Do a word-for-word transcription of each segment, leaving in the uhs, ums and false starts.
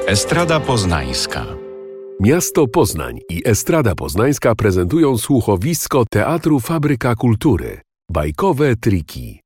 Estrada Poznańska. Miasto Poznań i Estrada Poznańska prezentują słuchowisko Teatru Fabryka Kultury. Bajkowe triki.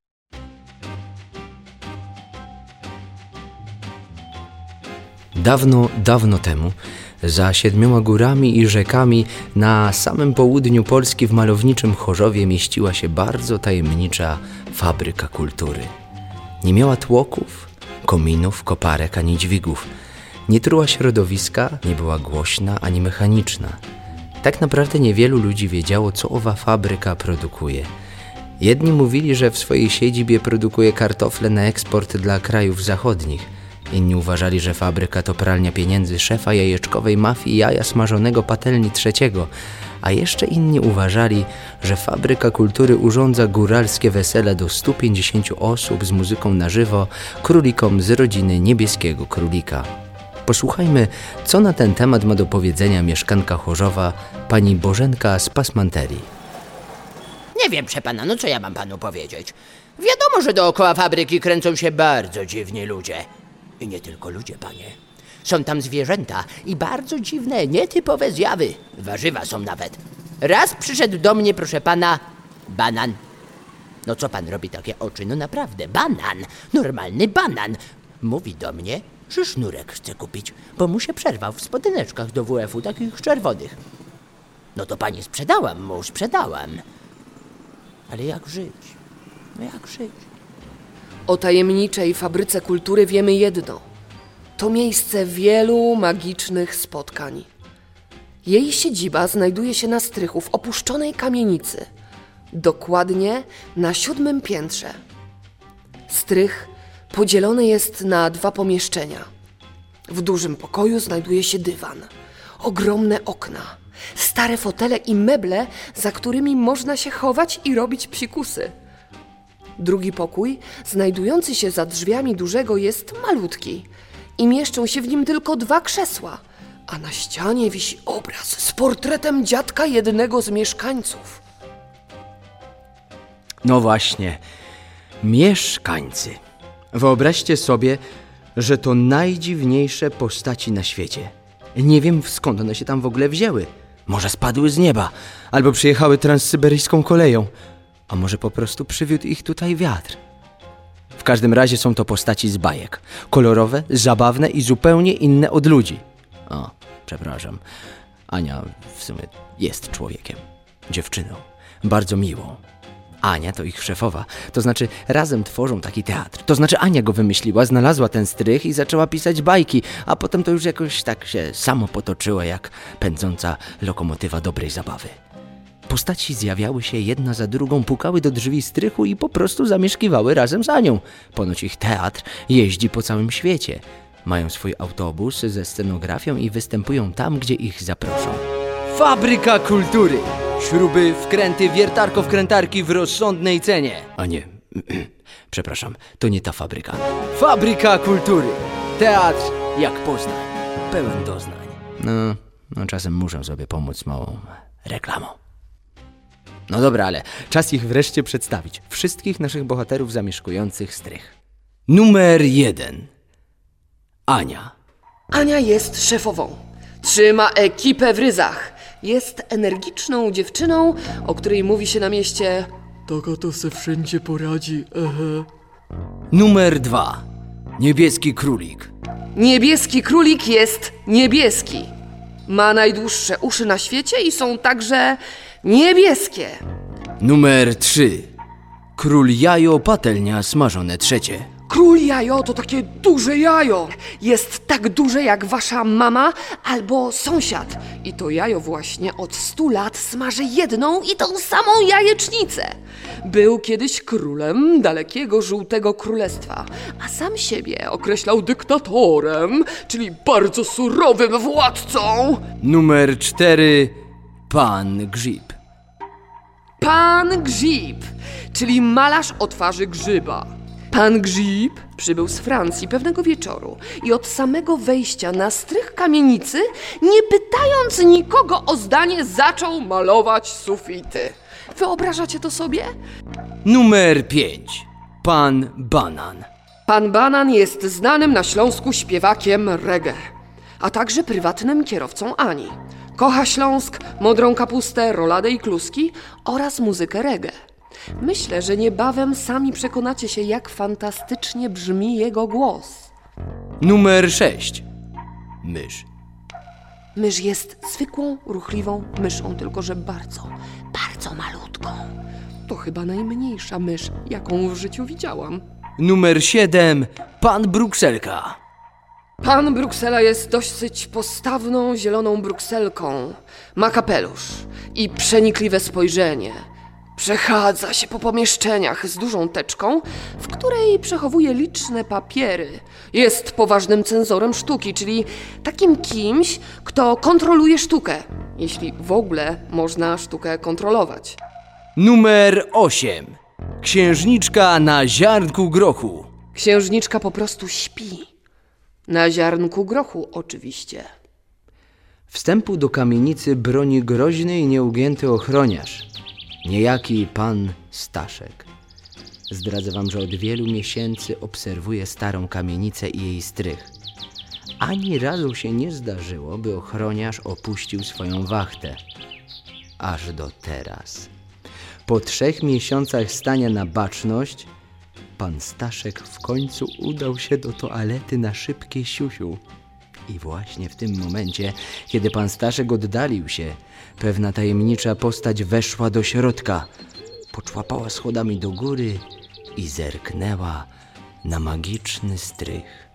Dawno, dawno temu, za siedmioma górami i rzekami, na samym południu Polski w malowniczym Chorzowie mieściła się bardzo tajemnicza Fabryka Kultury. Nie miała tłoków, kominów, koparek ani dźwigów. Nie truła środowiska, nie była głośna ani mechaniczna. Tak naprawdę niewielu ludzi wiedziało, co owa fabryka produkuje. Jedni mówili, że w swojej siedzibie produkuje kartofle na eksport dla krajów zachodnich. Inni uważali, że fabryka to pralnia pieniędzy szefa jajeczkowej mafii jaja smażonego Patelni trzeciego, a jeszcze inni uważali, że Fabryka Kultury urządza góralskie wesele do stu pięćdziesięciu osób z muzyką na żywo, królikom z rodziny Niebieskiego Królika. Posłuchajmy, co na ten temat ma do powiedzenia mieszkanka Chorzowa, pani Bożenka z Pasmanterii. Nie wiem, proszę pana, no co ja mam panu powiedzieć? Wiadomo, że dookoła fabryki kręcą się bardzo dziwni ludzie. I nie tylko ludzie, panie. Są tam zwierzęta i bardzo dziwne, nietypowe zjawy. Warzywa są nawet. Raz przyszedł do mnie, proszę pana, banan. No co pan robi takie oczy? No naprawdę, banan. Normalny banan. Mówi do mnie, że sznurek chce kupić, bo mu się przerwał w spodyneczkach do W F-u, takich czerwonych. No to pani sprzedałam mu, sprzedałam. Ale jak żyć? No jak żyć? O tajemniczej Fabryce Kultury wiemy jedno. To miejsce wielu magicznych spotkań. Jej siedziba znajduje się na strychu w opuszczonej kamienicy. Dokładnie na siódmym piętrze. Strych podzielony jest na dwa pomieszczenia. W dużym pokoju znajduje się dywan, ogromne okna, stare fotele i meble, za którymi można się chować i robić psikusy. Drugi pokój, znajdujący się za drzwiami dużego, jest malutki i mieszczą się w nim tylko dwa krzesła, a na ścianie wisi obraz z portretem dziadka jednego z mieszkańców. No właśnie, mieszkańcy. Wyobraźcie sobie, że to najdziwniejsze postaci na świecie. Nie wiem, skąd one się tam w ogóle wzięły. Może spadły z nieba, albo przyjechały transsyberyjską koleją, a może po prostu przywiódł ich tutaj wiatr. W każdym razie są to postaci z bajek. Kolorowe, zabawne i zupełnie inne od ludzi. O, przepraszam. Ania w sumie jest człowiekiem. Dziewczyną. Bardzo miłą. Ania to ich szefowa, to znaczy razem tworzą taki teatr. To znaczy Ania go wymyśliła, znalazła ten strych i zaczęła pisać bajki, a potem to już jakoś tak się samo potoczyło jak pędząca lokomotywa dobrej zabawy. Postaci zjawiały się jedna za drugą, pukały do drzwi strychu i po prostu zamieszkiwały razem z Anią. Ponoć ich teatr jeździ po całym świecie. Mają swój autobus ze scenografią i występują tam, gdzie ich zaproszą. Fabryka Kultury! Śruby, wkręty, wiertarko-wkrętarki w rozsądnej cenie. A nie, przepraszam, to nie ta fabryka. Fabryka Kultury! Teatr jak Poznań. Pełen doznań. No, no czasem muszę sobie pomóc małą reklamą. No dobra, ale czas ich wreszcie przedstawić. Wszystkich naszych bohaterów zamieszkujących strych. Numer jeden. Ania. Ania jest szefową. Trzyma ekipę w ryzach. Jest energiczną dziewczyną, o której mówi się na mieście: taka to se wszędzie poradzi, ehe. Numer dwa. Niebieski Królik. Niebieski Królik jest niebieski. Ma najdłuższe uszy na świecie i są także niebieskie. Numer trzy. Król Jajo, Patelnia smażone trzecie. Król Jajo to takie duże jajo. Jest tak duże jak wasza mama albo sąsiad. I to jajo właśnie od stu lat smaży jedną i tą samą jajecznicę. Był kiedyś królem dalekiego żółtego królestwa, a sam siebie określał dyktatorem, czyli bardzo surowym władcą. Numer cztery. Pan Grzyb. Pan Grzyb, czyli malarz o twarzy grzyba. Pan Grzyb przybył z Francji pewnego wieczoru i od samego wejścia na strych kamienicy, nie pytając nikogo o zdanie, zaczął malować sufity. Wyobrażacie to sobie? Numer pięć. Pan Banan. Pan Banan jest znanym na Śląsku śpiewakiem reggae. a także prywatnym kierowcą Ani. Kocha Śląsk, modrą kapustę, roladę i kluski oraz muzykę reggae. Myślę, że niebawem sami przekonacie się, jak fantastycznie brzmi jego głos. Numer sześć. Mysz. Mysz jest zwykłą, ruchliwą myszą, tylko że bardzo, bardzo malutką. To chyba najmniejsza mysz, jaką w życiu widziałam. Numer siedem. Pan Brukselka. Pan Bruksela jest dosyć postawną, zieloną brukselką. Ma kapelusz i przenikliwe spojrzenie. Przechadza się po pomieszczeniach z dużą teczką, w której przechowuje liczne papiery. Jest poważnym cenzorem sztuki, czyli takim kimś, kto kontroluje sztukę, jeśli w ogóle można sztukę kontrolować. Numer osiem. Księżniczka na ziarnku grochu. Księżniczka po prostu śpi. Na ziarnku grochu oczywiście. Wstępu do kamienicy broni groźny i nieugięty ochroniarz. Niejaki pan Staszek. Zdradzę wam, że od wielu miesięcy obserwuję starą kamienicę i jej strych. Ani razu się nie zdarzyło, by ochroniarz opuścił swoją wachtę. Aż do teraz. Po trzech miesiącach stania na baczność, pan Staszek w końcu udał się do toalety na szybkie siusiu. I właśnie w tym momencie, kiedy pan Staszek oddalił się, pewna tajemnicza postać weszła do środka, poczłapała schodami do góry i zerknęła na magiczny strych.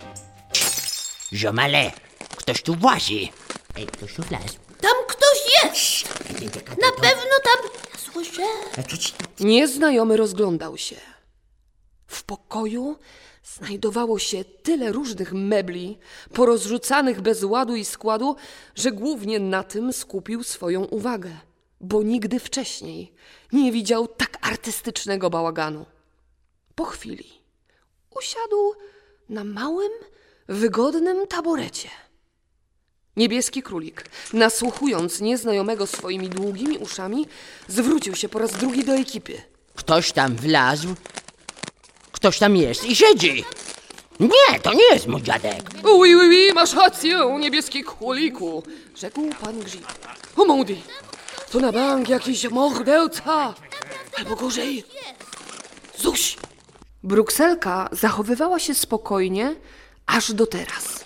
Ziomale, ktoś tu łazi. Ej, ktoś tu wlazł. Tam ktoś jest! Na pewno tam... Słyszę. Nieznajomy rozglądał się. W pokoju znajdowało się tyle różnych mebli, porozrzucanych bez ładu i składu, że głównie na tym skupił swoją uwagę, bo nigdy wcześniej nie widział tak artystycznego bałaganu. Po chwili usiadł na małym, wygodnym taborecie. Niebieski królik, nasłuchując nieznajomego swoimi długimi uszami, zwrócił się po raz drugi do ekipy. Ktoś tam wlazł. Ktoś tam jest i siedzi. Nie, to nie jest mój dziadek. Oui, oui, oui, masz rację, niebieski króliku, rzekł pan Grzyb. O młody, to na bank jakiś morderca, albo gorzej, Zuś. Brukselka zachowywała się spokojnie aż do teraz.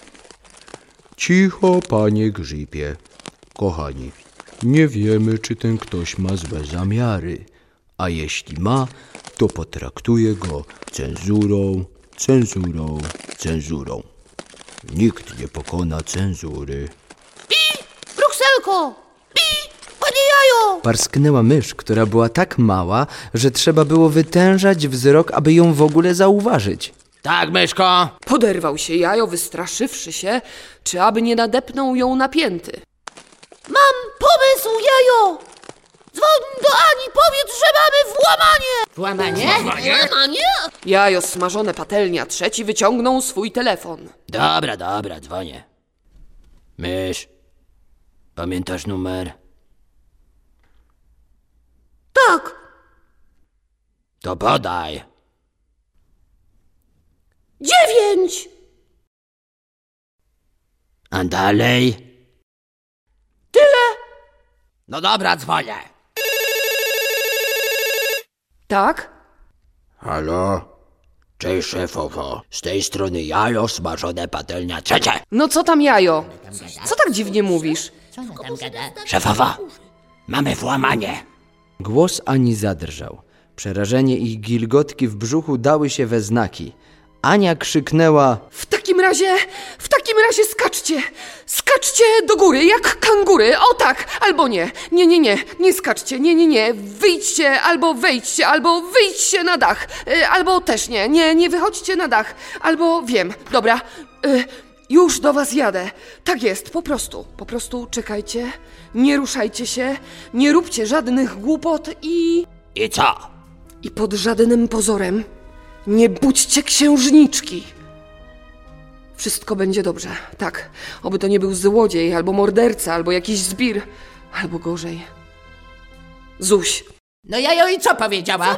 Cicho, panie Grzybie. Kochani, nie wiemy, czy ten ktoś ma złe zamiary, a jeśli ma, to potraktuje go cenzurą, cenzurą, cenzurą. Nikt nie pokona cenzury. Brukselko! Pi! Panie Jajo! Parsknęła mysz, która była tak mała, że trzeba było wytężać wzrok, aby ją w ogóle zauważyć. Tak, myszko. Poderwał się Jajo, wystraszywszy się, czy aby nie nadepnął ją na pięty. Mam pomysł, Jajo! Dzwoń do Ani, powiedz, że mamy włamanie! Włamanie? Włamanie? Jajo, smażone patelnia, trzeci wyciągnął swój telefon. Dobra, dobra, dzwonię. Mysz, pamiętasz numer? Tak. To podaj. Dziewięć! A dalej? Tyle? No dobra, dzwonię. Tak? Halo? Cześć, szefowo. Z tej strony Jajo, smażone patelnia trzecie. No co tam, Jajo? Co tak dziwnie mówisz? Szefowa, mamy włamanie. Głos Ani zadrżał. Przerażenie i gilgotki w brzuchu dały się we znaki. Ania krzyknęła: W takim razie, w takim razie skaczcie! Skaczcie do góry, jak kangury, o tak! Albo nie, nie, nie, nie, nie skaczcie, nie, nie, nie, wyjdźcie, albo wejdźcie, albo wyjdźcie na dach, y, albo też nie, nie, nie wychodźcie na dach, albo wiem, dobra, y, już do was jadę. Tak jest, po prostu, po prostu czekajcie, nie ruszajcie się, nie róbcie żadnych głupot i... I co? I pod żadnym pozorem nie budźcie księżniczki. Wszystko będzie dobrze, tak. Oby to nie był złodziej, albo morderca, albo jakiś zbir, albo gorzej. Zuś. No Jajo i co powiedziała? Co powiedziała?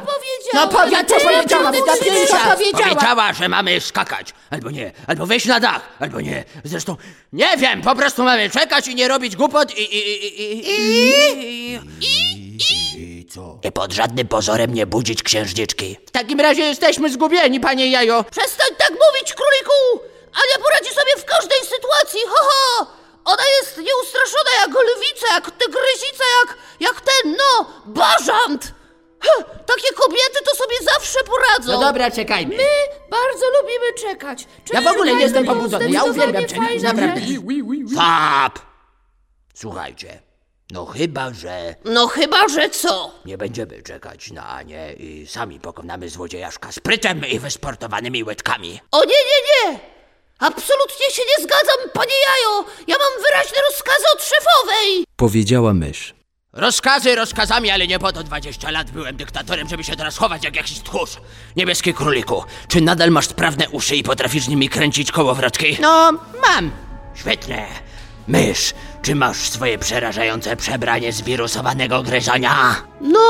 powiedziała. No powiedz, Ja co też powiedziała, wiem, ta co piękna. powiedziała. Powiedziała, że mamy skakać. Albo nie, albo wejść na dach, albo nie. Zresztą, nie wiem, po prostu mamy czekać i nie robić głupot i... I... I... I... I... I co? I pod żadnym pozorem nie budzić księżniczki. W takim razie jesteśmy zgubieni, panie Jajo. Przestań tak mówić, króliku! Ania poradzi sobie w każdej sytuacji, ho, ho! Ona jest nieustraszona jak lwica, jak tygrysica, jak, jak ten, no, bażant! Huh, takie kobiety to sobie zawsze poradzą. No dobra, czekajmy. My bardzo lubimy czekać. Ja w ogóle nie Czekajmy, jestem to pobudzony, ja zdecydowanie uwielbiam czekać, fajna naprawdę. rzecz. Fab! Słuchajcie, no chyba, że No chyba, że co? nie będziemy czekać na Anię i sami pokonamy złodziejaszka sprytem i wysportowanymi łydkami. O nie, nie, nie! Absolutnie się nie zgadzam, panie Jajo! Ja mam wyraźne rozkazy od szefowej! Powiedziała mysz. Rozkazy rozkazami, ale nie po to dwadzieścia lat byłem dyktatorem, żeby się teraz chować jak jakiś tchórz. Niebieski króliku, czy nadal masz sprawne uszy i potrafisz nimi kręcić kołowrotki? No, mam. Świetnie. Mysz, czy masz swoje przerażające przebranie z wirusowanego gryzania? No,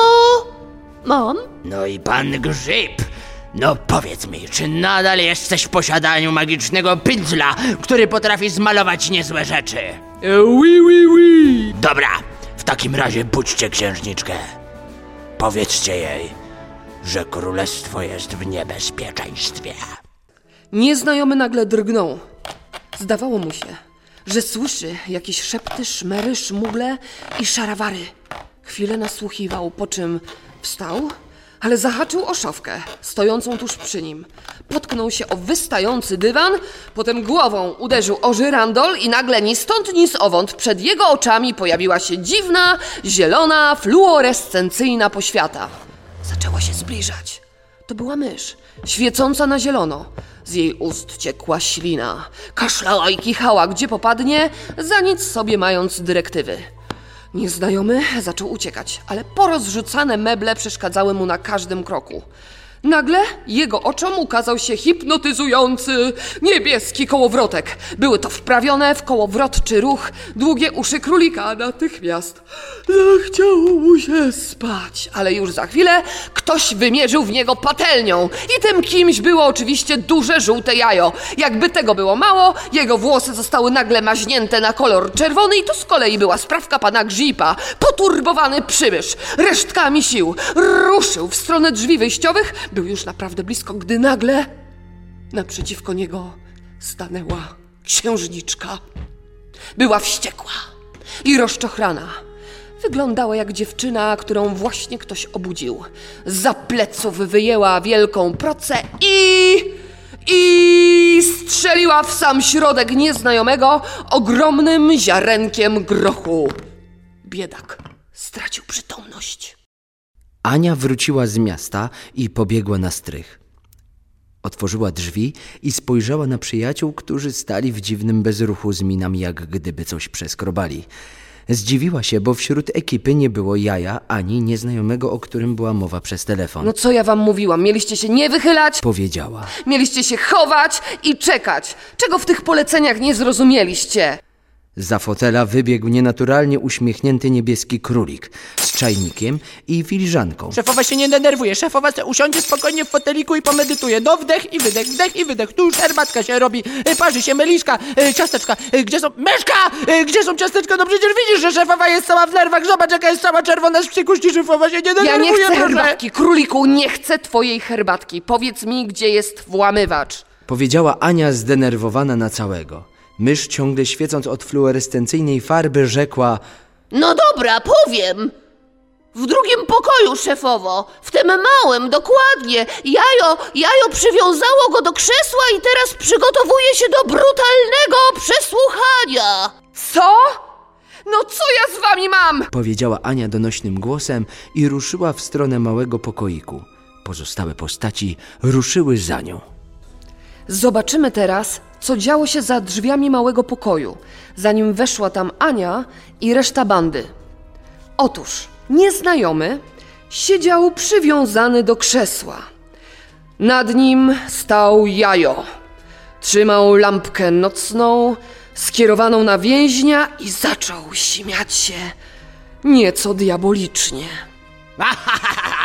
mam. No i pan Grzyb. No powiedz mi, czy nadal jesteś w posiadaniu magicznego pędzla, który potrafi zmalować niezłe rzeczy? Oui, oui, oui. Dobra, w takim razie budźcie księżniczkę. Powiedzcie jej, że królestwo jest w niebezpieczeństwie. Nieznajomy nagle drgnął. Zdawało mu się, że słyszy jakieś szepty, szmery, szmugle i szarawary. Chwilę nasłuchiwał, po czym wstał, ale zahaczył o szafkę stojącą tuż przy nim. Potknął się o wystający dywan, potem głową uderzył o żyrandol i nagle ni stąd, ni zowąd przed jego oczami pojawiła się dziwna, zielona, fluorescencyjna poświata. Zaczęła się zbliżać. To była mysz, świecąca na zielono. Z jej ust ciekła ślina. Kaszlała i kichała, gdzie popadnie, za nic sobie mając dyrektywy. Nieznajomy zaczął uciekać, ale porozrzucane meble przeszkadzały mu na każdym kroku. Nagle jego oczom ukazał się hipnotyzujący niebieski kołowrotek. Były to wprawione w kołowrotczy ruch długie uszy królika. Natychmiast zachciało mu się spać, ale już za chwilę ktoś wymierzył w niego patelnią i tym kimś było oczywiście duże żółte jajo. Jakby tego było mało, jego włosy zostały nagle maźnięte na kolor czerwony i to z kolei była sprawka pana Grzypa. Poturbowany przybysz resztkami sił ruszył w stronę drzwi wyjściowych. Był już naprawdę blisko, gdy nagle naprzeciwko niego stanęła księżniczka. Była wściekła i rozczochrana. Wyglądała jak dziewczyna, którą właśnie ktoś obudził. Zza pleców wyjęła wielką procę i... i strzeliła w sam środek nieznajomego ogromnym ziarenkiem grochu. Biedak stracił przytomność. Ania wróciła z miasta i pobiegła na strych. Otworzyła drzwi i spojrzała na przyjaciół, którzy stali w dziwnym bezruchu z minami, jak gdyby coś przeskrobali. Zdziwiła się, bo wśród ekipy nie było Jaja ani nieznajomego, o którym była mowa przez telefon. No co ja wam mówiłam? Mieliście się nie wychylać? Powiedziała. Mieliście się chować i czekać. Czego w tych poleceniach nie zrozumieliście? Za fotela wybiegł nienaturalnie uśmiechnięty niebieski królik z czajnikiem i filiżanką. Szefowa się nie denerwuje, szefowa se usiądzie spokojnie w foteliku i pomedytuje. No wdech i wydech, wdech i wydech. Tu już herbatka się robi, parzy się meliszka, ciasteczka. Gdzie są... Myszka! Gdzie są ciasteczka? No przecież widzisz, że szefowa jest cała w nerwach. Zobacz, jaka jest cała czerwona z wściekłości. Szefowa się nie denerwuje, Ja nie chcę proszę. herbatki, króliku, nie chcę twojej herbatki. Powiedz mi, gdzie jest włamywacz. Powiedziała Ania zdenerwowana na całego. Mysz, ciągle świecąc od fluorescencyjnej farby, rzekła: No dobra, powiem. W drugim pokoju, szefowo. W tym małym, dokładnie. Jajo, jajo przywiązało go do krzesła i teraz przygotowuje się do brutalnego przesłuchania. Co? No co ja z wami mam? powiedziała Ania donośnym głosem i ruszyła w stronę małego pokoiku. Pozostałe postaci ruszyły za nią. Zobaczymy teraz, co działo się za drzwiami małego pokoju, zanim weszła tam Ania i reszta bandy. Otóż nieznajomy siedział przywiązany do krzesła. Nad nim stał Jajo. Trzymał lampkę nocną skierowaną na więźnia i zaczął śmiać się nieco diabolicznie.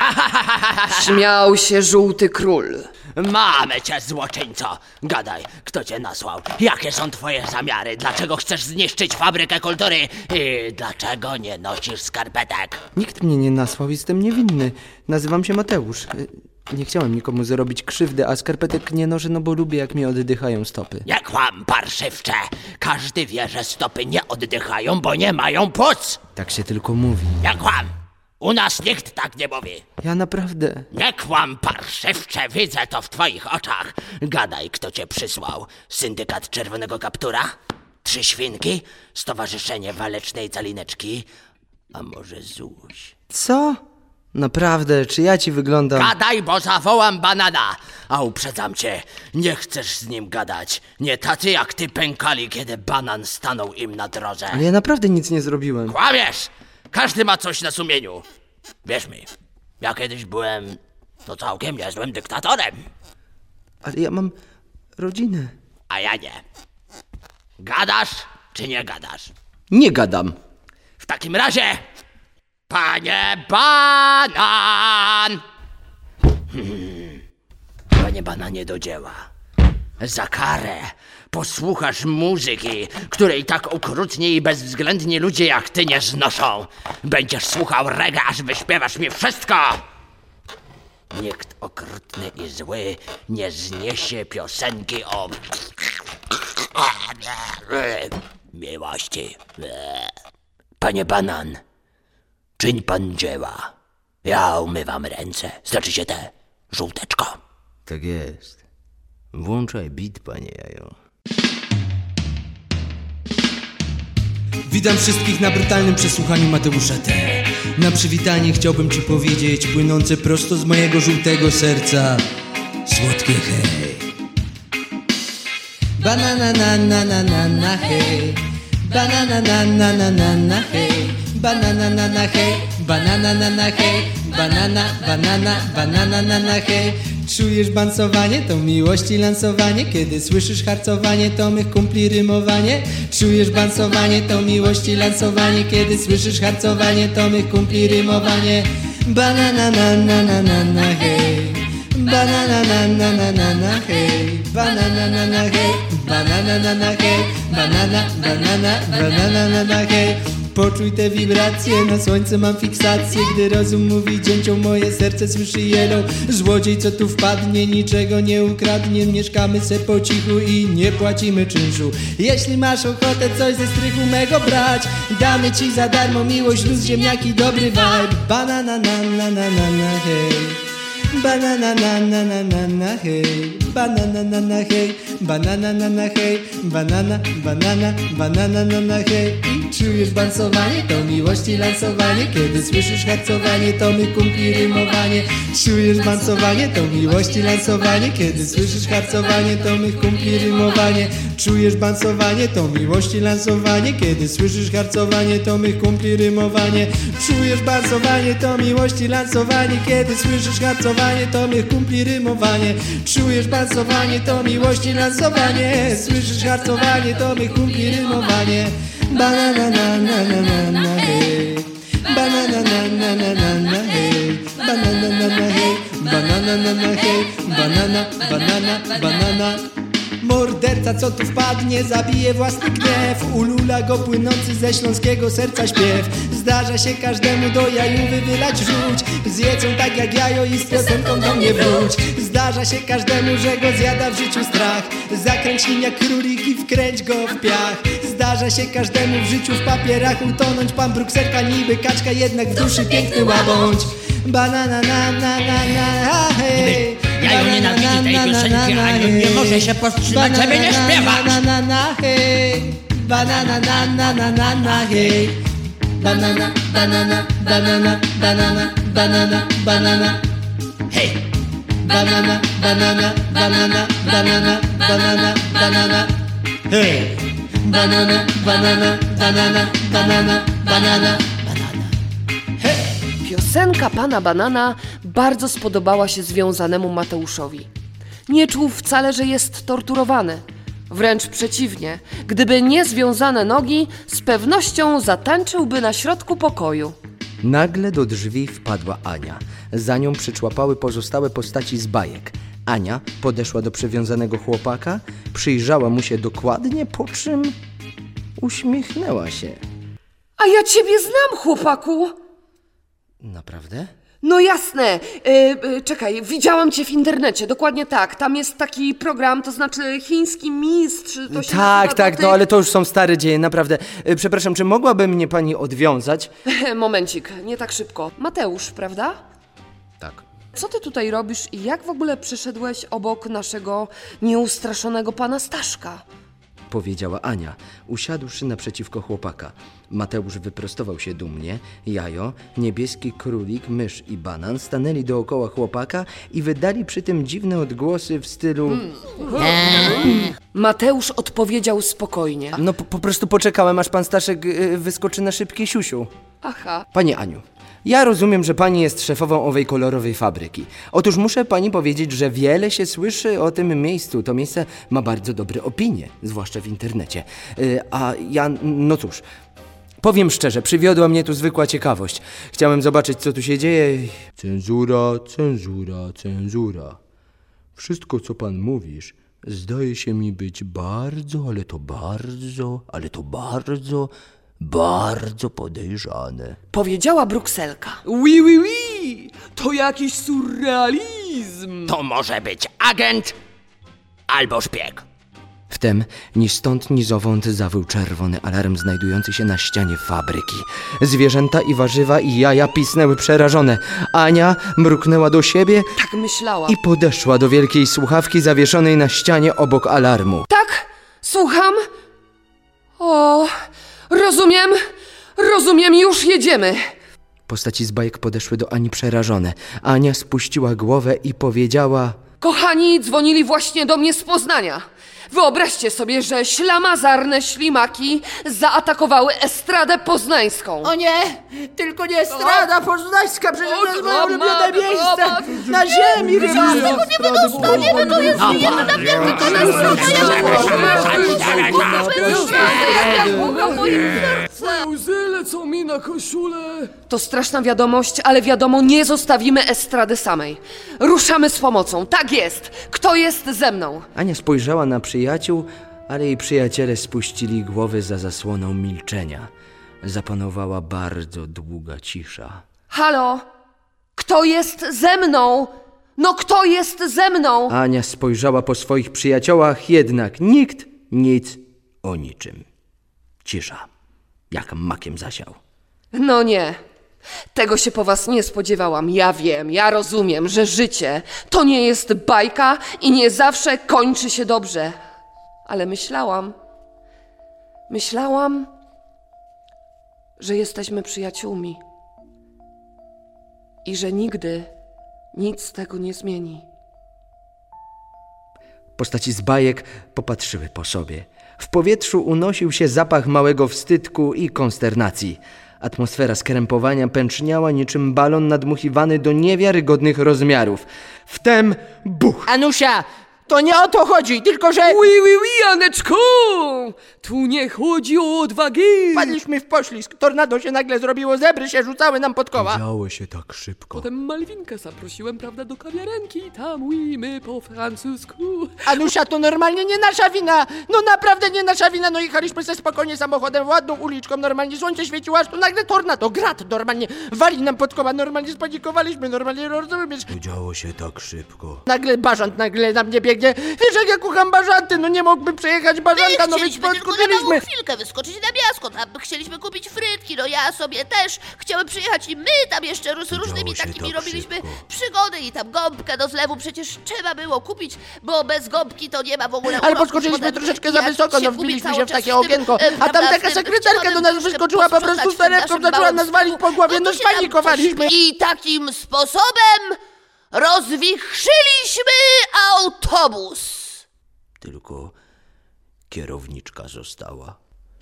Śmiał się żółty król. Mamy cię, złoczyńco! Gadaj, kto cię nasłał? Jakie są twoje zamiary? Dlaczego chcesz zniszczyć fabrykę kultury? I dlaczego nie nosisz skarpetek? Nikt mnie nie nasłał, jestem niewinny. Nazywam się Mateusz. Nie chciałem nikomu zrobić krzywdy, a skarpetek nie noszę, no bo lubię, jak mi oddychają stopy. Nie kłam, parszywcze! Każdy wie, że stopy nie oddychają, bo nie mają płuc! Tak się tylko mówi. Nie kłam! U nas nikt tak nie mówi. Ja naprawdę... Nie kłam, parszywcze, widzę to w twoich oczach. Gadaj, kto cię przysłał. Syndykat Czerwonego Kaptura? Trzy Świnki? Stowarzyszenie Walecznej Calineczki? A może Zuś? Co? Naprawdę, czy ja ci wyglądam... Gadaj, bo zawołam Banana! A uprzedzam cię, nie chcesz z nim gadać. Nie tacy jak ty pękali, kiedy Banan stanął im na drodze. Ale ja naprawdę nic nie zrobiłem. Kłamiesz! Każdy ma coś na sumieniu. Wierz mi, ja kiedyś byłem no całkiem niezłym dyktatorem. Ale ja mam rodzinę. A ja nie. Gadasz czy nie gadasz? Nie gadam. W takim razie, panie Banan! Hmm. Panie Bananie, do dzieła. Za karę posłuchasz muzyki, której tak okrutnie i bezwzględnie ludzie jak ty nie znoszą. Będziesz słuchał reggae, aż wyśpiewasz mi wszystko. Nikt okrutny i zły nie zniesie piosenki o miłości. Panie Banan, czyń pan dzieła. Ja umywam ręce. Znaczy się te żółteczko. Tak jest. Włączaj bit, panie Jajo. Witam wszystkich na brutalnym przesłuchaniu Mateusza T. Na przywitanie chciałbym ci powiedzieć, płynące prosto z mojego żółtego serca, słodkie hej. Banana na na na na na hej. Banana na na na na na hej. Banana na na hej. Banana na na hej. Banana, banana, banana na na hej. Czujesz bansowanie, to miłości lansowanie. Kiedy słyszysz harcowanie, to mych kumpli rymowanie. Czujesz bansowanie, to miłości lansowanie. Kiedy słyszysz harcowanie, to mych kumpli rymowanie. Banana na na na na na hej. Banana na na na na na hej. Banana na na hej. Banana na na hej. Banana, banana, banana na na hej. Poczuj te wibracje, na słońce mam fiksację. Gdy rozum mówi dzięcią, moje serce słyszy jelą. Złodziej, co tu wpadnie, niczego nie ukradnie. Mieszkamy se po cichu i nie płacimy czynszu. Jeśli masz ochotę coś ze strychu mego brać, damy ci za darmo miłość, luz, ziemniaki, dobry vibe. Banana na na na na na hej. Banana na na na na na hej. Banana na na hej. Banana na na hej. Banana, banana, banana na na hej. Czujesz bansowanie, to miłości lansowanie. Kiedy słyszysz harcowanie, to my kumpli rymowanie. Czujesz bansowanie, to miłości lansowanie. Kiedy słyszysz harcowanie, to my kumpli rymowanie. Czujesz bansowanie, to miłości lansowanie. Kiedy słyszysz harcowanie, to my kumpli rymowanie. Czujesz bansowanie, to miłości lansowanie. Kiedy słyszysz harcowanie, to my kumpli rymowanie. Czujesz bansowanie, to miłości lansowanie. Słyszysz harcowanie, to my kumpli rymowanie. Banana na na na na na hej. Banana na na na na na hej. Banana na na hej. Banana na na hej. Banana, banana, banana. Morderca, co tu wpadnie, zabije własny gniew. Ulula go płynący ze śląskiego serca śpiew. Zdarza się każdemu do jajówy wylać rzuć. Zjedzą tak jak jajo i z piosenką do mnie wróć. Zdarza się każdemu, że go zjada w życiu strach. Zakręć nim jak królik i wkręć go w piach. Zdarza się każdemu w życiu w papierach utonąć. Pan brukselka niby kaczka, jednak w duszy piękny łabądź. Banana na na na na hej. Ja ją nienawidzi tej piosenki, a nie może się powstrzymać, żeby nie śpiewać. Banana na hej. Banana na na na na na hej. Banana, banana, banana, banana, banana, banana. Hej! Banana, banana, banana, banana, banana, banana. Hej! Banana, banana, banana, banana, banana. Piosenka pana Banana bardzo spodobała się związanemu Mateuszowi. Nie czuł wcale, że jest torturowany. Wręcz przeciwnie, gdyby nie związane nogi, z pewnością zatańczyłby na środku pokoju. Nagle do drzwi wpadła Ania. Za nią przyczłapały pozostałe postaci z bajek. Ania podeszła do przywiązanego chłopaka, przyjrzała mu się dokładnie, po czym uśmiechnęła się. A ja ciebie znam, chłopaku. Naprawdę? No jasne. E, e, czekaj, widziałam cię w internecie, dokładnie tak. Tam jest taki program, to znaczy chiński mistrz. To się Tak, nazywa, tak, ty... no ale to już są stare dzieje, naprawdę. E, Przepraszam, czy mogłaby mnie pani odwiązać? Momencik, nie tak szybko. Mateusz, prawda? Tak. Co ty tutaj robisz i jak w ogóle przeszedłeś obok naszego nieustraszonego pana Staszka? Powiedziała Ania, usiadłszy naprzeciwko chłopaka. Mateusz wyprostował się dumnie. Jajo, niebieski królik, mysz i banan stanęli dookoła chłopaka i wydali przy tym dziwne odgłosy w stylu... Mateusz odpowiedział spokojnie. No po, po prostu poczekałem, aż pan Staszek y, wyskoczy na szybkie siusiu. Aha. Pani Aniu, ja rozumiem, że pani jest szefową owej kolorowej fabryki. Otóż muszę pani powiedzieć, że wiele się słyszy o tym miejscu. To miejsce ma bardzo dobre opinie, zwłaszcza w internecie. Yy, a ja, no cóż, powiem szczerze, przywiodła mnie tu zwykła ciekawość. Chciałem zobaczyć, co tu się dzieje. Cenzura, cenzura, cenzura. Wszystko, co pan mówisz, zdaje się mi być bardzo, ale to bardzo, ale to bardzo, bardzo podejrzane. Powiedziała Brukselka. Oui, oui, oui! To jakiś surrealizm! To może być agent albo szpieg. Wtem ni stąd, ni zowąd zawył czerwony alarm znajdujący się na ścianie fabryki. Zwierzęta i warzywa i jaja pisnęły przerażone. Ania mruknęła do siebie Tak myślałam. i podeszła do wielkiej słuchawki zawieszonej na ścianie obok alarmu. Tak, słucham. O, rozumiem, rozumiem, już jedziemy. Postaci z bajek podeszły do Ani przerażone. Ania spuściła głowę i powiedziała... Kochani, dzwonili właśnie do mnie z Poznania. Wyobraźcie sobie, że ślamazarne ślimaki zaatakowały estradę poznańską. O nie, tylko nie strada poznańska, przecież to jest moje ulubione miejsce na ziemi. Tego nie wydostaniemy, to jest jedna wielka katastrofa. Twoje łzy lecą mi na koszulę! To straszna wiadomość, ale wiadomo, nie zostawimy estrady samej. Ruszamy z pomocą, tak jest. Kto jest ze mną? Ania spojrzała na przyjaciół, ale jej przyjaciele spuścili głowy za zasłoną milczenia. Zapanowała bardzo długa cisza. Halo? Kto jest ze mną? No kto jest ze mną? Ania spojrzała po swoich przyjaciołach, jednak nikt nic o niczym. Cisza, jak makiem zasiał. No nie. Tego się po was nie spodziewałam. Ja wiem, ja rozumiem, że życie to nie jest bajka i nie zawsze kończy się dobrze. Ale myślałam, myślałam, że jesteśmy przyjaciółmi i że nigdy nic z tego nie zmieni. Postaci z bajek popatrzyły po sobie. W powietrzu unosił się zapach małego wstydku i konsternacji. Atmosfera skrępowania pęczniała niczym balon nadmuchiwany do niewiarygodnych rozmiarów. Wtem buch! Anusia, to nie o to chodzi, tylko że... Oui, oui, oui, Aneczko! Tu nie chodzi o odwagę! Padliśmy w poślizg, tornado się nagle zrobiło, zebry się rzucały nam pod koła. Działo się tak szybko. Potem Malwinkę zaprosiłem, prawda, do kawiarenki. Tam, oui, my po francusku. Anusia, to normalnie nie nasza wina. No naprawdę nie nasza wina. No jechaliśmy se spokojnie samochodem, ładną uliczką, normalnie słońce świeciło, aż tu nagle tornado, grad normalnie wali nam pod koła, normalnie spanikowaliśmy, normalnie rozumiesz. To działo się tak szybko. Nagle bażant nagle na mnie biegnie. Wiesz, jak ja kocham bażanty, no nie mógłbym przejechać bażanta, no więc Chcieliśmy tylko na podskutiliśmy. małą chwilkę wyskoczyć na miasto, tam chcieliśmy kupić frytki, no ja sobie też chciałem przyjechać i my tam jeszcze z różnymi się takimi tak robiliśmy szybko. przygody i tam gąbkę do zlewu przecież trzeba było kupić, bo bez gąbki to nie ma w ogóle Ale uroku. podskoczyliśmy Potem troszeczkę za jak wysoko, no gubi wbiliśmy cały się w czas takie tym, okienko, e, a tam prawda, taka w tym sekretarka do nas chciałabym wyskoczyła po prostu posprzątać z w tym torebką, naszym zaczęła małym nas walić po głowie, no no to się tam spanikowaliśmy. I takim sposobem rozwichrzyliśmy autobus. Tylko kierowniczka została.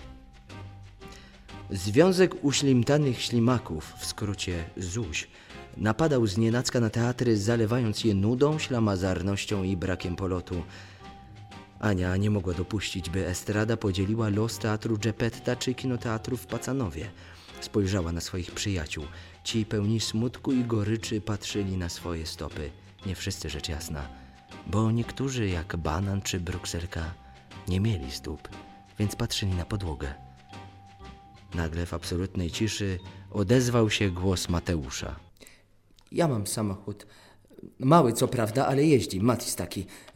Związek Uślimtanych Ślimaków, w skrócie ZUŚ, napadał znienacka na teatry, zalewając je nudą, ślamazarnością i brakiem polotu. Ania nie mogła dopuścić, by estrada podzieliła los teatru Geppetta czy kinoteatru w Pacanowie. Spojrzała na swoich przyjaciół. Ci pełni smutku i goryczy patrzyli na swoje stopy. Nie wszyscy, rzecz jasna, bo niektórzy, jak Banan czy Brukselka, nie mieli stóp, więc patrzyli na podłogę. Nagle w absolutnej ciszy odezwał się głos Mateusza. Ja mam samochód. Mały co prawda, ale jeździ. Matis taki. E,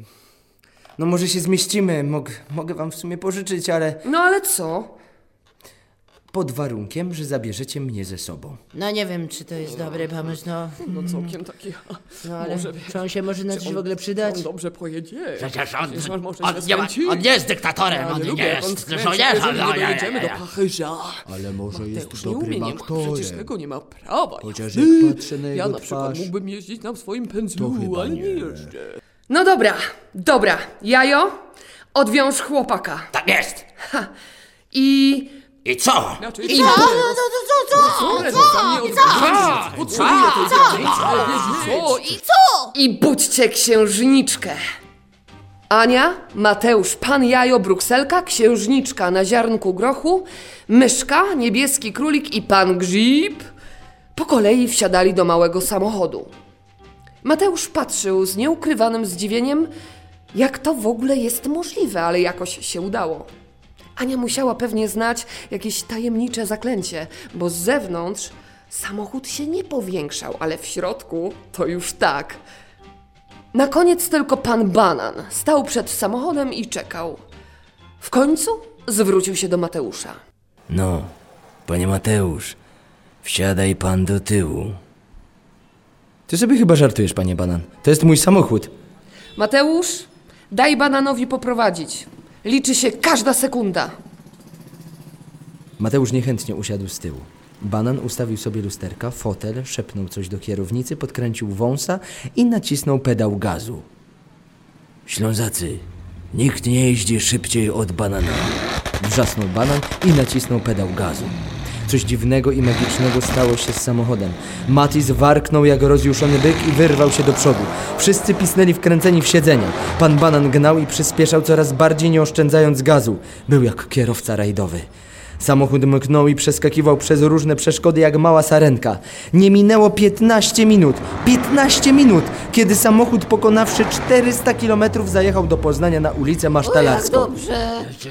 no może się zmieścimy. Mog, mogę wam w sumie pożyczyć, ale... No ale co? Pod warunkiem, że zabierzecie mnie ze sobą. No nie wiem, czy to jest dobry pomysł, no. No całkiem taki... No ale może czy on się może na coś w ogóle przydać? On dobrze pojedzie. Przecież on, Przecież on może on, się nie, ma, skręci. on nie jest dyktatorem, Ja on nie nie lubię, jak on jest skręci, żołnierzem. jeżeli nie dojedziemy do Paryża. Ale może jest Mateusz nie dobrym umie, nie ma, przecież aktorem. tego nie ma prawa. Chociaż Jasny. jak patrzę na Ja jego na przykład twarz, mógłbym jeździć na swoim to pędzlu, chyba ale nie nie. jeżdżę. No dobra, dobra. Jajo, odwiąż chłopaka. Tak jest. Ha. I... I co? Znaczy, I co? co? Co, co, co? Co? Co? Co? Potrzebuję tej wiedzy. Co? I co? I budźcie księżniczkę. Ania, Mateusz, pan Jajo, Brukselka, księżniczka na ziarnku grochu, myszka, niebieski królik i pan Grzyb po kolei wsiadali do małego samochodu. Mateusz patrzył z nieukrywanym zdziwieniem, jak to w ogóle jest możliwe, ale jakoś się udało. Ania musiała pewnie znać jakieś tajemnicze zaklęcie, bo z zewnątrz samochód się nie powiększał, ale w środku to już tak. Na koniec tylko pan Banan stał przed samochodem i czekał. W końcu zwrócił się do Mateusza. No, panie Mateusz, wsiadaj pan do tyłu. Ty sobie chyba żartujesz, panie Banan. To jest mój samochód. Mateusz, daj Bananowi poprowadzić. Liczy się każda sekunda. Mateusz niechętnie usiadł z tyłu. Banan ustawił sobie lusterka, fotel, szepnął coś do kierownicy, podkręcił wąsa i nacisnął pedał gazu. Ślązacy, nikt nie jeździ szybciej od Banana. Wrzasnął Banan i nacisnął pedał gazu. Coś dziwnego i magicznego stało się z samochodem. Matis warknął jak rozjuszony byk i wyrwał się do przodu. Wszyscy pisnęli wkręceni w siedzenie. Pan Banan gnał i przyspieszał coraz bardziej, nie oszczędzając gazu. Był jak kierowca rajdowy. Samochód mknął i przeskakiwał przez różne przeszkody jak mała sarenka. Nie minęło piętnaście minut. piętnaście minut, kiedy samochód pokonawszy czterysta kilometrów zajechał do Poznania na ulicę O, jak Masztalacką. dobrze.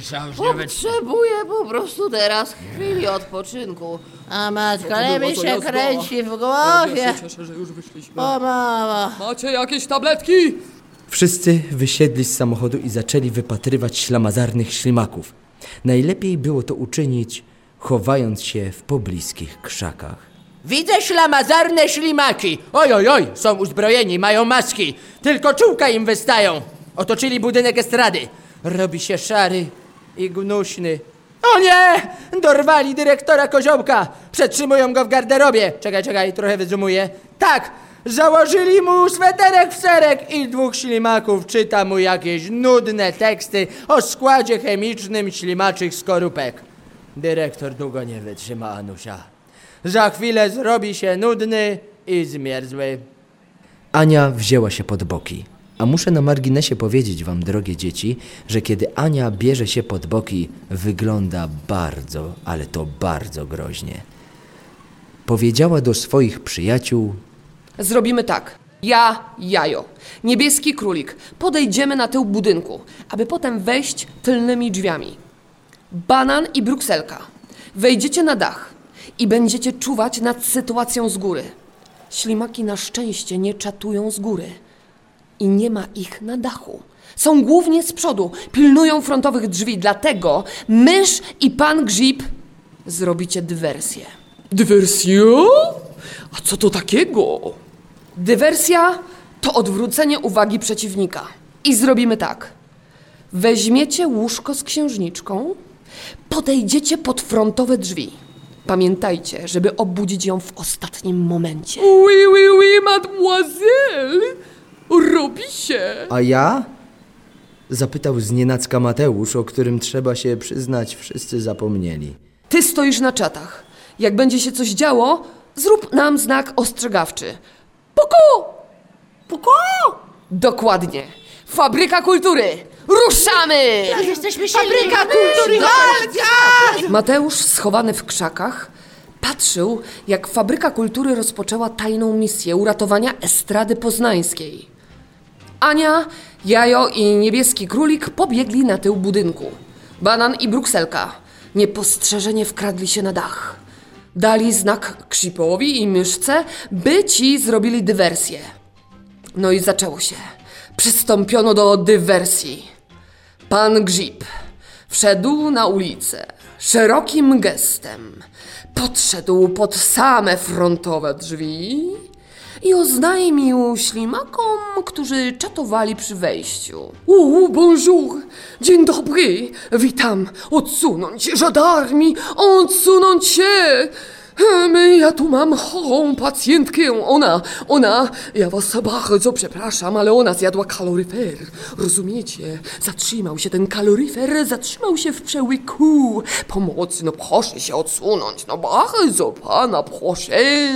Potrzebuję po prostu teraz chwili odpoczynku. A matka, ale mi się kręci w Ja głowie. się cieszę, że już wyszliśmy. O mama. Macie jakieś tabletki? Wszyscy wysiedli z samochodu i zaczęli wypatrywać ślamazarnych ślimaków. Najlepiej było to uczynić, chowając się w pobliskich krzakach. Widzę ślamazarne ślimaki. Oj, oj, oj, są uzbrojeni, mają maski. Tylko czółka im wystają. Otoczyli budynek estrady. Robi się szary i gnuśny. O nie! Dorwali dyrektora Koziołka. Przetrzymują go w garderobie. Czekaj, czekaj, trochę wyzumuję. Tak! Założyli mu sweterek w serek i dwóch ślimaków czyta mu jakieś nudne teksty o składzie chemicznym ślimaczych skorupek. Dyrektor długo nie wytrzyma, Anusia. Za chwilę zrobi się nudny i zmierzły. Ania wzięła się pod boki. A muszę na marginesie powiedzieć wam, drogie dzieci, że kiedy Ania bierze się pod boki, wygląda bardzo, ale to bardzo groźnie. Powiedziała do swoich przyjaciół: Zrobimy tak. Ja, Jajo, niebieski królik, podejdziemy na tył budynku, aby potem wejść tylnymi drzwiami. Banan i Brukselka, wejdziecie na dach i będziecie czuwać nad sytuacją z góry. Ślimaki na szczęście nie czatują z góry i nie ma ich na dachu. Są głównie z przodu, pilnują frontowych drzwi, dlatego mysz i pan Grzyb zrobicie dywersję. Dywersja? A co to takiego? Dywersja to odwrócenie uwagi przeciwnika. I zrobimy tak. Weźmiecie łóżko z księżniczką, podejdziecie pod frontowe drzwi. Pamiętajcie, żeby obudzić ją w ostatnim momencie. Oui, oui, oui, mademoiselle. Robi się. A ja? Zapytał znienacka Mateusz, o którym trzeba się przyznać, wszyscy zapomnieli. Ty stoisz na czatach. Jak będzie się coś działo, zrób nam znak ostrzegawczy. Puku! Puku! Dokładnie. Fabryka kultury. Ruszamy! Jesteśmy silni. Fabryka kultury. Mateusz, schowany w krzakach, Patrzył, jak Fabryka Kultury rozpoczęła tajną misję uratowania estrady poznańskiej. Ania, Jajo i Niebieski Królik pobiegli na tył budynku. Banan i Brukselka niepostrzeżenie wkradli się na dach. Dali znak Krzipowi i Myszce, by ci zrobili dywersję. No i zaczęło się. Przystąpiono do dywersji. Pan Grzyb wszedł na ulicę szerokim gestem. Podszedł pod same frontowe drzwi i oznajmił ślimakom, którzy czatowali przy wejściu. Uuu, bonjour, dzień dobry, witam, odsunąć żadarmi, odsunąć się. Ja tu mam chorą pacjentkę, ona, ona, ja was bardzo przepraszam, ale ona zjadła kaloryfer, rozumiecie? Zatrzymał się ten kaloryfer, zatrzymał się w przełyku. Pomocy, no proszę się odsunąć, no bardzo pana proszę.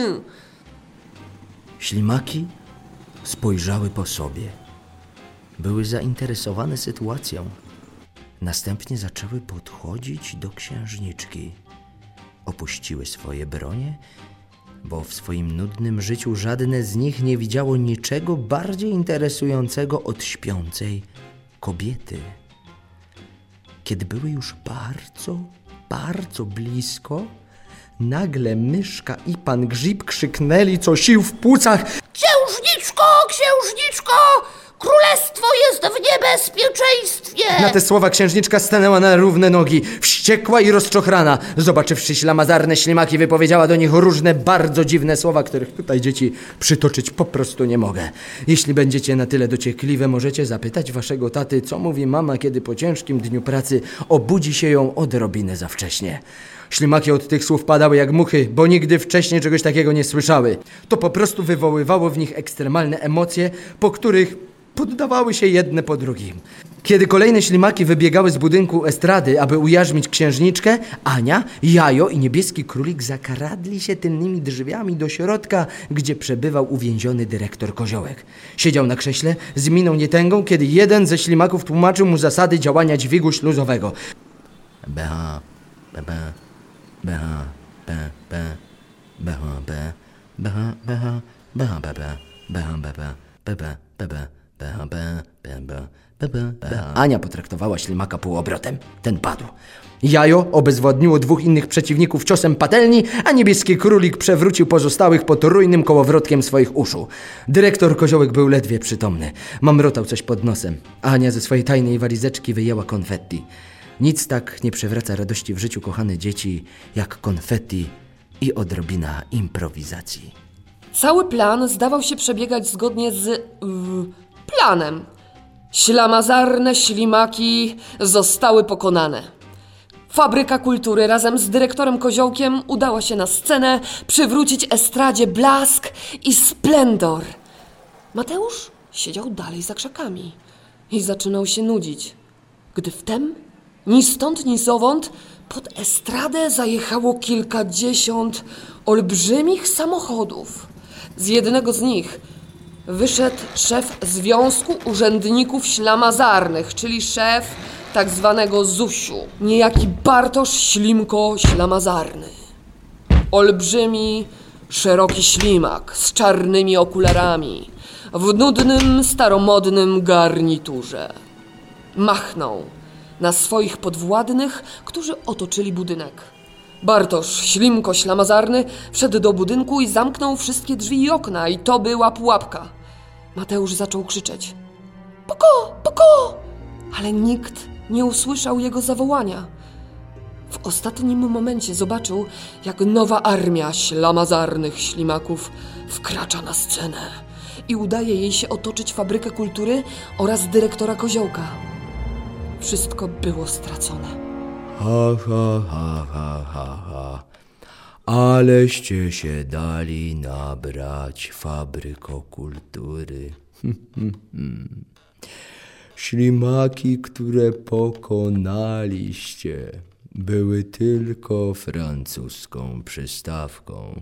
Ślimaki spojrzały po sobie. Były zainteresowane sytuacją. Następnie zaczęły podchodzić do księżniczki. Opuściły swoje bronie, bo w swoim nudnym życiu żadne z nich nie widziało niczego bardziej interesującego od śpiącej kobiety. Kiedy były już bardzo, bardzo blisko, nagle Myszka i pan Grzyb krzyknęli co sił w płucach: Księżniczko, księżniczko! Królestwo jest w niebezpieczeństwie! Na te słowa księżniczka stanęła na równe nogi, wściekła i rozczochrana. Zobaczywszy ślamazarne ślimaki, wypowiedziała do nich różne bardzo dziwne słowa, których tutaj, dzieci, przytoczyć po prostu nie mogę. Jeśli będziecie na tyle dociekliwe, możecie zapytać waszego taty, co mówi mama, kiedy po ciężkim dniu pracy obudzi się ją odrobinę za wcześnie. Ślimaki od tych słów padały jak muchy, bo nigdy wcześniej czegoś takiego nie słyszały. To po prostu wywoływało w nich ekstremalne emocje, po których poddawały się jedne po drugim. Kiedy kolejne ślimaki wybiegały z budynku estrady, aby ujarzmić księżniczkę, Ania, Jajo i Niebieski Królik zakradli się tylnymi drzwiami do środka, gdzie przebywał uwięziony dyrektor Koziołek. Siedział na krześle z miną nietęgą, kiedy jeden ze ślimaków tłumaczył mu zasady działania dźwigu śluzowego. Beha, bebe, beha, be, be, beha, be, beha, beha, beha, bebe, beha, bebe, bebe, bebe. Ania potraktowała ślimaka półobrotem. Ten padł. Jajo obezwładniło dwóch innych przeciwników ciosem patelni, a Niebieski Królik przewrócił pozostałych potrójnym kołowrotkiem swoich uszu. Dyrektor Koziołek był ledwie przytomny. Mamrotał coś pod nosem. Ania ze swojej tajnej walizeczki wyjęła konfetti. Nic tak nie przywraca radości w życiu, kochane dzieci, jak konfetti i odrobina improwizacji. Cały plan zdawał się przebiegać zgodnie z yy, planem. Ślamazarne ślimaki zostały pokonane. Fabryka Kultury razem z dyrektorem Koziołkiem udała się na scenę przywrócić estradzie blask i splendor. Mateusz siedział dalej za krzakami i zaczynał się nudzić, gdy wtem, ni stąd, ni zowąd, pod estradę zajechało kilkadziesiąt olbrzymich samochodów. Z jednego z nich wyszedł szef Związku Urzędników Ślamazarnych, czyli szef tak zwanego zusiu, niejaki Bartosz Ślimko-Ślamazarny. Olbrzymi, szeroki ślimak z czarnymi okularami, w nudnym, staromodnym garniturze. Machnął na swoich podwładnych, którzy otoczyli budynek. Bartosz Ślimko-Ślamazarny wszedł do budynku i zamknął wszystkie drzwi i okna, i to była pułapka. Mateusz zaczął krzyczeć: Poko, poko! Ale nikt nie usłyszał jego zawołania. W ostatnim momencie zobaczył, jak nowa armia ślamazarnych ślimaków wkracza na scenę i udaje jej się otoczyć Fabrykę Kultury oraz dyrektora Koziołka. Wszystko było stracone. Ha, ha, ha, ha, ha, ha. Aleście się dali nabrać, Fabryko Kultury. Ślimaki, które pokonaliście, były tylko francuską przystawką.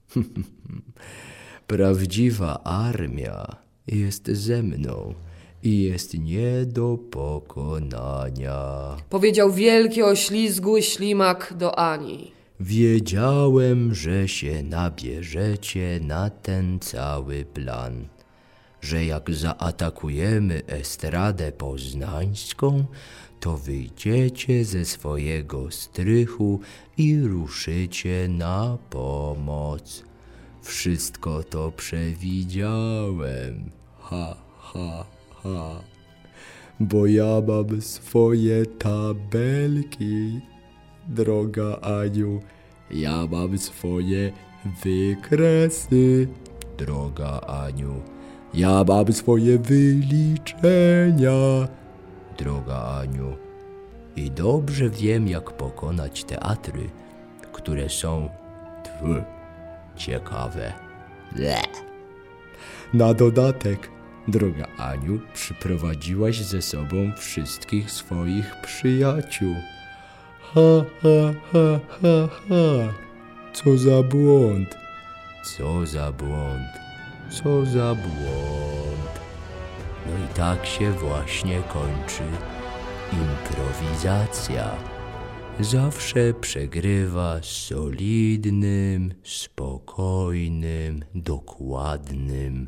Prawdziwa armia jest ze mną i jest nie do pokonania. Powiedział wielki, oślizgły ślimak do Ani. Wiedziałem, że się nabierzecie na ten cały plan, że jak zaatakujemy Estradę Poznańską, to wyjdziecie ze swojego strychu i ruszycie na pomoc. Wszystko to przewidziałem. Ha, ha, ha. Bo ja mam swoje tabelki, droga Aniu. Ja mam swoje wykresy, droga Aniu. Ja mam swoje wyliczenia, droga Aniu. I dobrze wiem, jak pokonać teatry, które są tfu, ciekawe. Le. Na dodatek, droga Aniu, przyprowadziłaś ze sobą wszystkich swoich przyjaciół. Ha, ha, ha, ha, ha. Co za błąd. Co za błąd. Co za błąd. No i tak się właśnie kończy improwizacja. Zawsze przegrywa z solidnym, spokojnym, dokładnym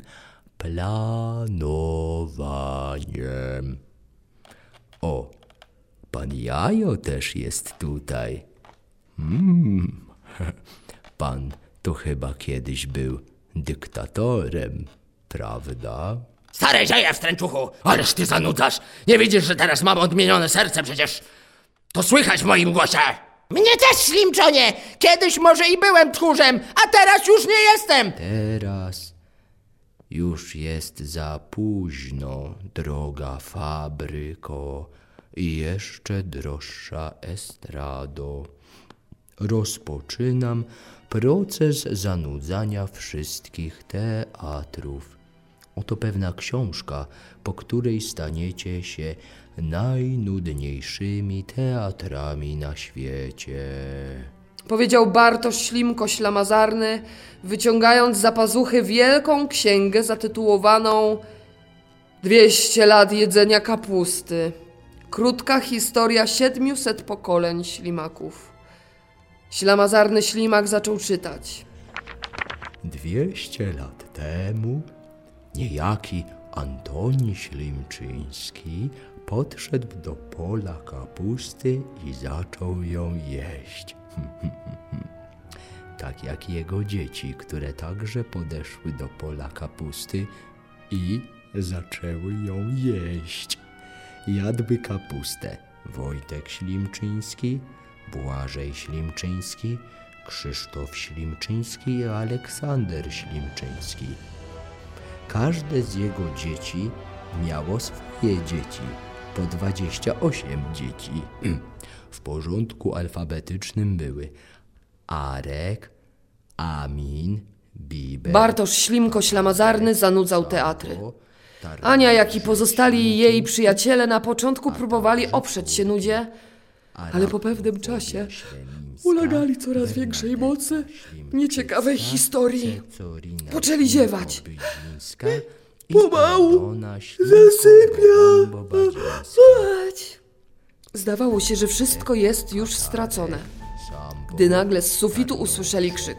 planowaniem. O, pan Jajo też jest tutaj. Hmm, pan to chyba kiedyś był dyktatorem, prawda? Stare dzieje, wstręczuchu! Ależ ty zanudzasz! Nie widzisz, że teraz mam odmienione serce przecież? To słychać w moim głosie! Mnie też, Ślimczonie! Kiedyś może i byłem tchórzem, a teraz już nie jestem! Teraz już jest za późno, droga fabryko, i jeszcze droższa estrado. Rozpoczynam proces zanudzania wszystkich teatrów. Oto pewna książka, po której staniecie się najnudniejszymi teatrami na świecie. Powiedział Bartosz Ślimko-Ślamazarny, wyciągając z zapazuchy wielką księgę zatytułowaną dwieście lat jedzenia kapusty. Krótka historia siedmiuset pokoleń ślimaków. Ślamazarny ślimak zaczął czytać. Dwieście lat temu niejaki Antoni Ślimczyński podszedł do pola kapusty i zaczął ją jeść. Tak jak jego dzieci, które także podeszły do pola kapusty i zaczęły ją jeść. Jadły kapustę Wojtek Ślimczyński, Błażej Ślimczyński, Krzysztof Ślimczyński i Aleksander Ślimczyński. Każde z jego dzieci miało swoje dzieci, po dwadzieścia osiem dzieci. W porządku alfabetycznym były Arek, Amin, Bibel... Bartosz Ślimko-Ślamazarny zanudzał teatry. Ania, jak i pozostali jej przyjaciele na początku próbowali oprzeć się nudzie, ale po pewnym czasie ulegali coraz większej mocy nieciekawej historii. Poczęli ziewać. Pomału zasypia. Zdawało się, że wszystko jest już stracone, gdy nagle z sufitu usłyszeli krzyk.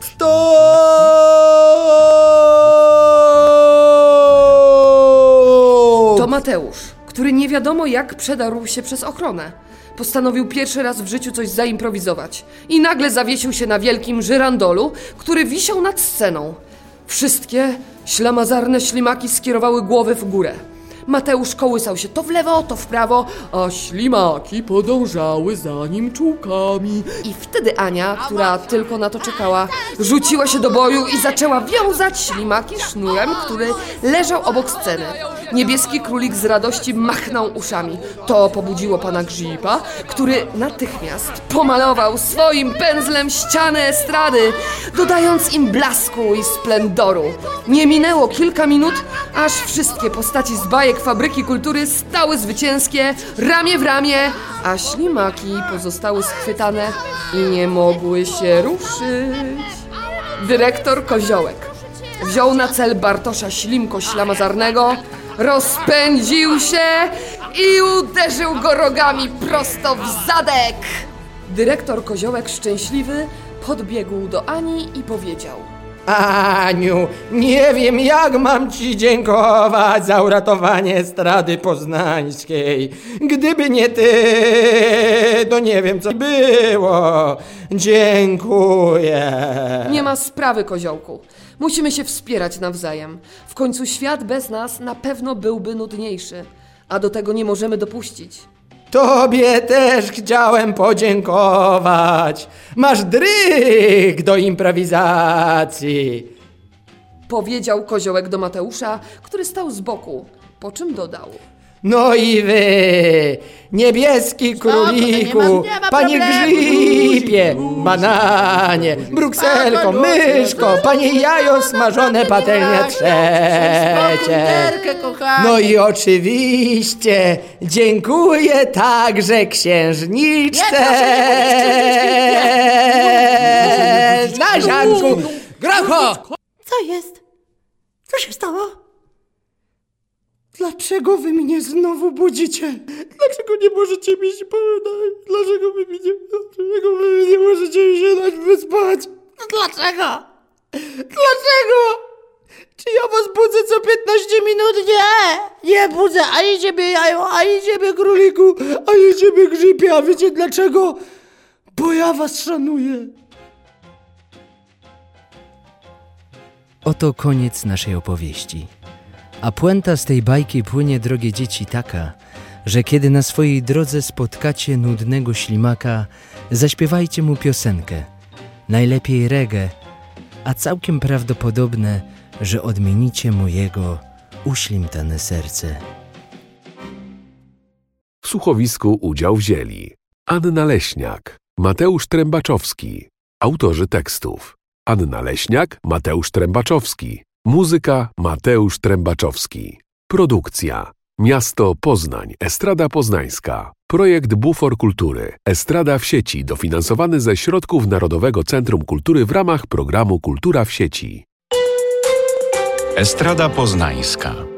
To Mateusz, który nie wiadomo jak przedarł się przez ochronę. Postanowił pierwszy raz w życiu coś zaimprowizować i nagle zawiesił się na wielkim żyrandolu, który wisiał nad sceną. Wszystkie ślamazarne ślimaki skierowały głowy w górę. Mateusz kołysał się to w lewo, to w prawo, a ślimaki podążały za nim czułkami. I wtedy Ania, która tylko na to czekała, rzuciła się do boju i zaczęła wiązać ślimaki sznurem, który leżał obok sceny. Niebieski królik z radości machnął uszami. To pobudziło pana Grzypa, który natychmiast pomalował swoim pędzlem ściany estrady, dodając im blasku i splendoru. Nie minęło kilka minut, aż wszystkie postaci z bajek Fabryki Kultury stały zwycięskie, ramię w ramię, a ślimaki pozostały schwytane i nie mogły się ruszyć. Dyrektor Koziołek wziął na cel Bartosza Ślimko-Ślamazarnego, rozpędził się i uderzył go rogami prosto w zadek. Dyrektor Koziołek szczęśliwy podbiegł do Ani i powiedział: Aniu, nie wiem, jak mam ci dziękować za uratowanie Estrady Poznańskiej. Gdyby nie ty, to nie wiem, co było. Dziękuję. Nie ma sprawy, Koziołku. Musimy się wspierać nawzajem. W końcu świat bez nas na pewno byłby nudniejszy, a do tego nie możemy dopuścić. Tobie też chciałem podziękować. Masz dryg do improwizacji. Powiedział Koziołek do Mateusza, który stał z boku, po czym dodał: No i wy, niebieski króliku, nie ma- nie ma panie problemu. grzybie, bananie, brukselko, Spoko, myszko, panie jajo smażone, patelnia trzecie. Derkę, kochanie. No i oczywiście dziękuję także księżniczce na ziarnku. Grocho! Co jest? Co się stało? Dlaczego wy mnie znowu budzicie? Dlaczego nie możecie mi się poddać? Dlaczego wy mi nie, dlaczego wy nie możecie mi się dać wyspać? No dlaczego? Dlaczego? Czy ja was budzę co piętnaście minut? Nie, nie budzę ani ciebie jajo, ani ciebie Króliku, a nie ciebie grzybie, a wiecie dlaczego? Bo ja was szanuję. Oto koniec naszej opowieści. A puenta z tej bajki płynie, drogie dzieci, taka, że kiedy na swojej drodze spotkacie nudnego ślimaka, zaśpiewajcie mu piosenkę, najlepiej reggae, a całkiem prawdopodobne, że odmienicie mu jego uślimtane serce. W słuchowisku udział wzięli Anna Leśniak, Mateusz Trębaczowski, autorzy tekstów Anna Leśniak, Mateusz Trębaczowski, muzyka Mateusz Trębaczowski, produkcja Miasto Poznań, Estrada Poznańska, projekt Bufor Kultury, Estrada w sieci, dofinansowany ze środków Narodowego Centrum Kultury w ramach programu Kultura w sieci. Estrada Poznańska.